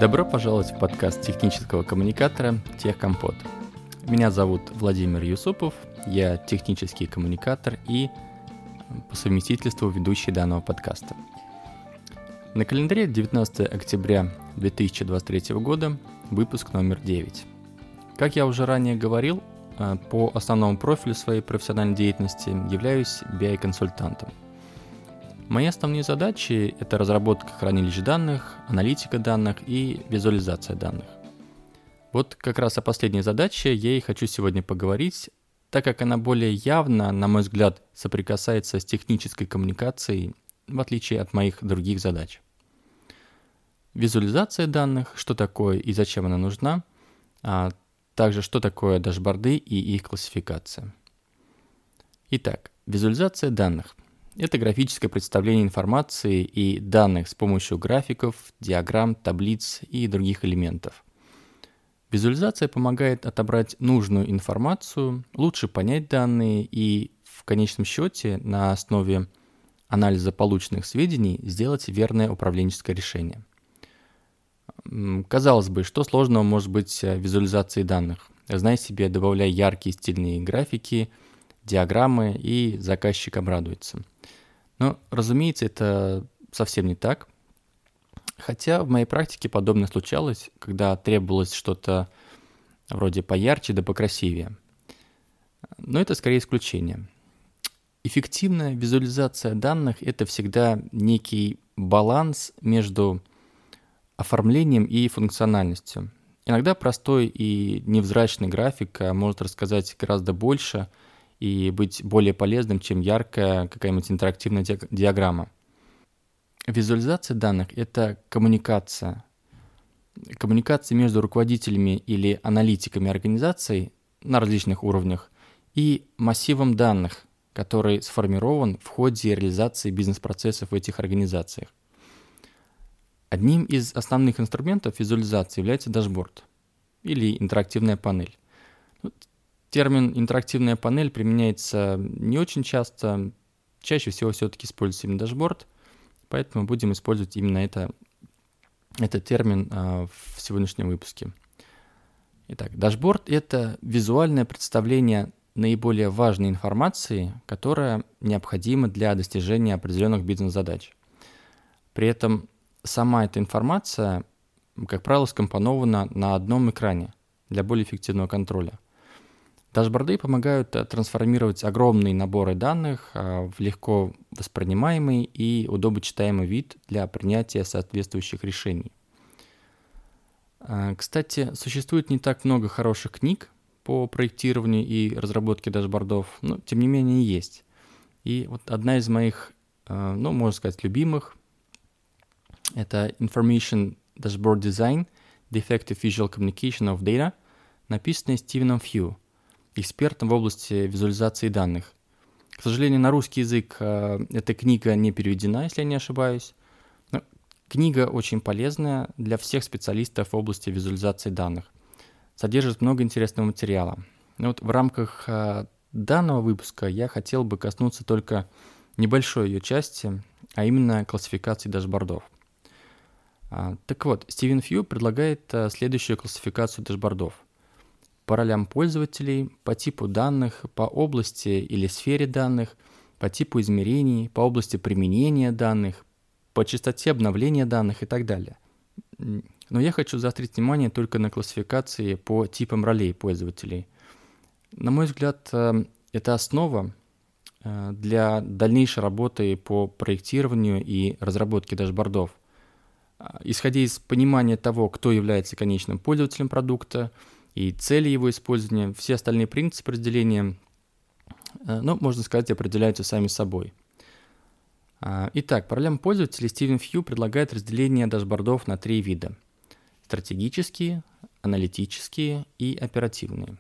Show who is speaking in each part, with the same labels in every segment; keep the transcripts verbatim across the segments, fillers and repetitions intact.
Speaker 1: Добро пожаловать в подкаст технического коммуникатора «Техкомпот». Меня зовут Владимир Юсупов, я технический коммуникатор и по совместительству ведущий данного подкаста. На календаре девятнадцатое октября две тысячи двадцать третьего года, выпуск номер девять. Как я уже ранее говорил, по основному профилю своей профессиональной деятельности являюсь би ай-консультантом. Мои основные задачи – это разработка хранилищ данных, аналитика данных и визуализация данных. Вот как раз о последней задаче я и хочу сегодня поговорить, так как она более явно, на мой взгляд, соприкасается с технической коммуникацией, в отличие от моих других задач. Визуализация данных, что такое и зачем она нужна, а также что такое дашборды и их классификация. Итак, визуализация данных. Это графическое представление информации и данных с помощью графиков, диаграмм, таблиц и других элементов. Визуализация помогает отобрать нужную информацию, лучше понять данные и, в конечном счете, на основе анализа полученных сведений сделать верное управленческое решение. Казалось бы, что сложного может быть в визуализации данных? Знай себе, добавляй яркие стильные графики, диаграммы, и заказчик обрадуется. Но, разумеется, это совсем не так. Хотя в моей практике подобное случалось, когда требовалось что-то вроде поярче да покрасивее. Но это скорее исключение. Эффективная визуализация данных – это всегда некий баланс между оформлением и функциональностью. Иногда простой и невзрачный график может рассказать гораздо больше и быть более полезным, чем яркая какая-нибудь интерактивная диаграмма. Визуализация данных – это коммуникация. Коммуникация между руководителями или аналитиками организаций на различных уровнях и массивом данных, который сформирован в ходе реализации бизнес-процессов в этих организациях. Одним из основных инструментов визуализации является дашборд или интерактивная панель. Термин «интерактивная панель» применяется не очень часто, чаще всего все-таки используется именно дашборд, поэтому будем использовать именно это, этот термин а, в сегодняшнем выпуске. Итак, дашборд – это визуальное представление наиболее важной информации, которая необходима для достижения определенных бизнес-задач. При этом сама эта информация, как правило, скомпонована на одном экране для более эффективного контроля. Дашборды помогают трансформировать огромные наборы данных в легко воспринимаемый и удобочитаемый вид для принятия соответствующих решений. Кстати, существует не так много хороших книг по проектированию и разработке дашбордов, но тем не менее есть. И вот одна из моих, ну, можно сказать, любимых – это Information Dashboard Design – The Effective Visual Communication of Data, написанная Стивеном Фью, экспертом в области визуализации данных. К сожалению, на русский язык э, эта книга не переведена, если я не ошибаюсь. Но книга очень полезная для всех специалистов в области визуализации данных. Содержит много интересного материала. Но вот в рамках э, данного выпуска я хотел бы коснуться только небольшой ее части, а именно классификации дашбордов. А, так вот, Стивен Фью предлагает э, следующую классификацию дашбордов. По ролям пользователей, по типу данных, по области или сфере данных, по типу измерений, по области применения данных, по частоте обновления данных и так далее. Но я хочу заострить внимание только на классификации по типам ролей пользователей. На мой взгляд, это основа для дальнейшей работы по проектированию и разработке дашбордов. Исходя из понимания того, кто является конечным пользователем продукта, и цели его использования, все остальные принципы разделения, ну, можно сказать, определяются сами собой. Итак, по ролям пользователей Стивен Фью предлагает разделение дашбордов на три вида – стратегические, аналитические и оперативные.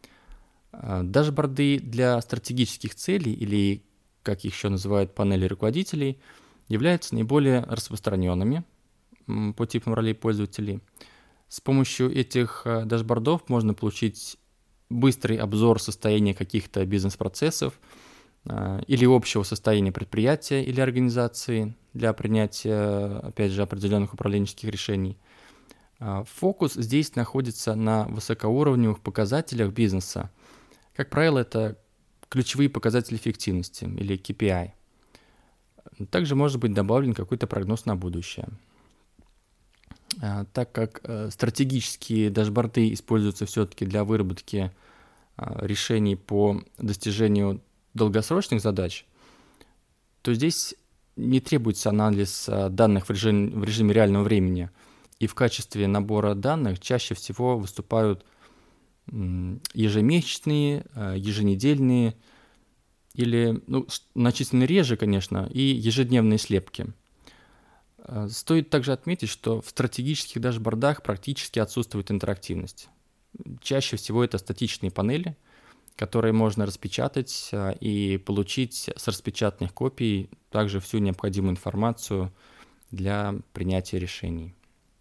Speaker 1: Дашборды для стратегических целей, или, как их еще называют, панели руководителей, являются наиболее распространенными по типам ролей пользователей. С помощью этих дашбордов можно получить быстрый обзор состояния каких-то бизнес-процессов э, или общего состояния предприятия или организации для принятия, опять же, определенных управленческих решений. Фокус здесь находится на высокоуровневых показателях бизнеса. Как правило, это ключевые показатели эффективности или кей пи ай. Также может быть добавлен какой-то прогноз на будущее. Так как стратегические дашборды используются все-таки для выработки решений по достижению долгосрочных задач, то здесь не требуется анализ данных в режиме, в режиме реального времени. И в качестве набора данных чаще всего выступают ежемесячные, еженедельные или, ну, значительно реже, конечно, и ежедневные слепки. Стоит также отметить, что в стратегических дашбордах практически отсутствует интерактивность. Чаще всего это статичные панели, которые можно распечатать и получить с распечатанных копий также всю необходимую информацию для принятия решений.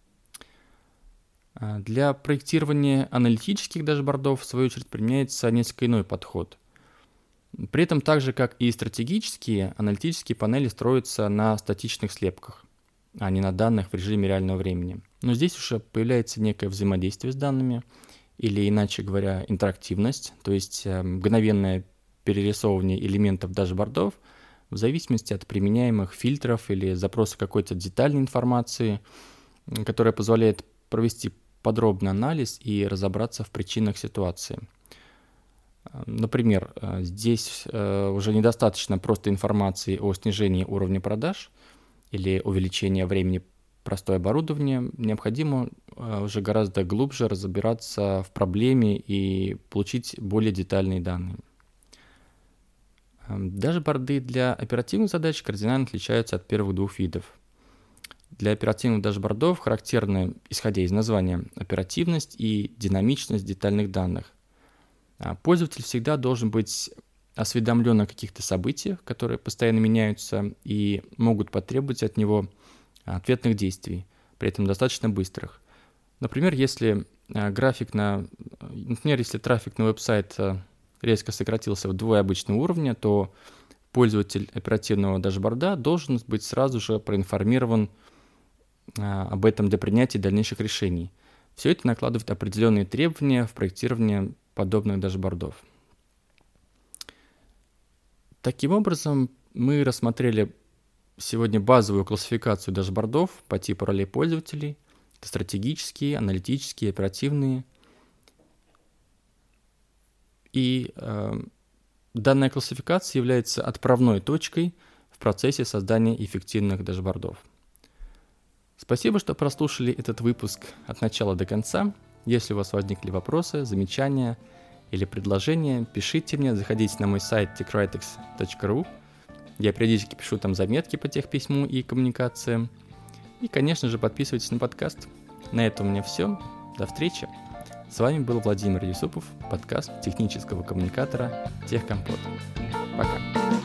Speaker 1: Для проектирования аналитических дашбордов, в свою очередь, применяется несколько иной подход. При этом, так же как и стратегические, аналитические панели строятся на статичных слепках, а не на данных в режиме реального времени. Но здесь уже появляется некое взаимодействие с данными, или, иначе говоря, интерактивность, то есть мгновенное перерисовывание элементов дашбордов в зависимости от применяемых фильтров или запроса какой-то детальной информации, которая позволяет провести подробный анализ и разобраться в причинах ситуации. Например, здесь уже недостаточно просто информации о снижении уровня продаж или увеличении времени простое оборудование, необходимо уже гораздо глубже разбираться в проблеме и получить более детальные данные. Дашборды для оперативных задач кардинально отличаются от первых двух видов. Для оперативных дашбордов характерны, исходя из названия, оперативность и динамичность детальных данных. Пользователь всегда должен быть осведомлен о каких-то событиях, которые постоянно меняются и могут потребовать от него ответных действий, при этом достаточно быстрых. Например, если график на, например, если трафик на веб-сайт резко сократился вдвое обычного уровня, то пользователь оперативного дашборда должен быть сразу же проинформирован об этом для принятия дальнейших решений. Все это накладывает определенные требования в проектировании подобных дашбордов. Таким образом, мы рассмотрели сегодня базовую классификацию дашбордов по типу ролей пользователей. Это стратегические, аналитические, оперативные. И э, данная классификация является отправной точкой в процессе создания эффективных дашбордов. Спасибо, что прослушали этот выпуск от начала до конца. Если у вас возникли вопросы, замечания или предложения, пишите мне, заходите на мой сайт techwritex точка ру. Я периодически пишу там заметки по техписьму и коммуникациям. И, конечно же, подписывайтесь на подкаст. На этом у меня все. До встречи. С вами был Владимир Юсупов, подкаст технического коммуникатора Техкомпот. Пока.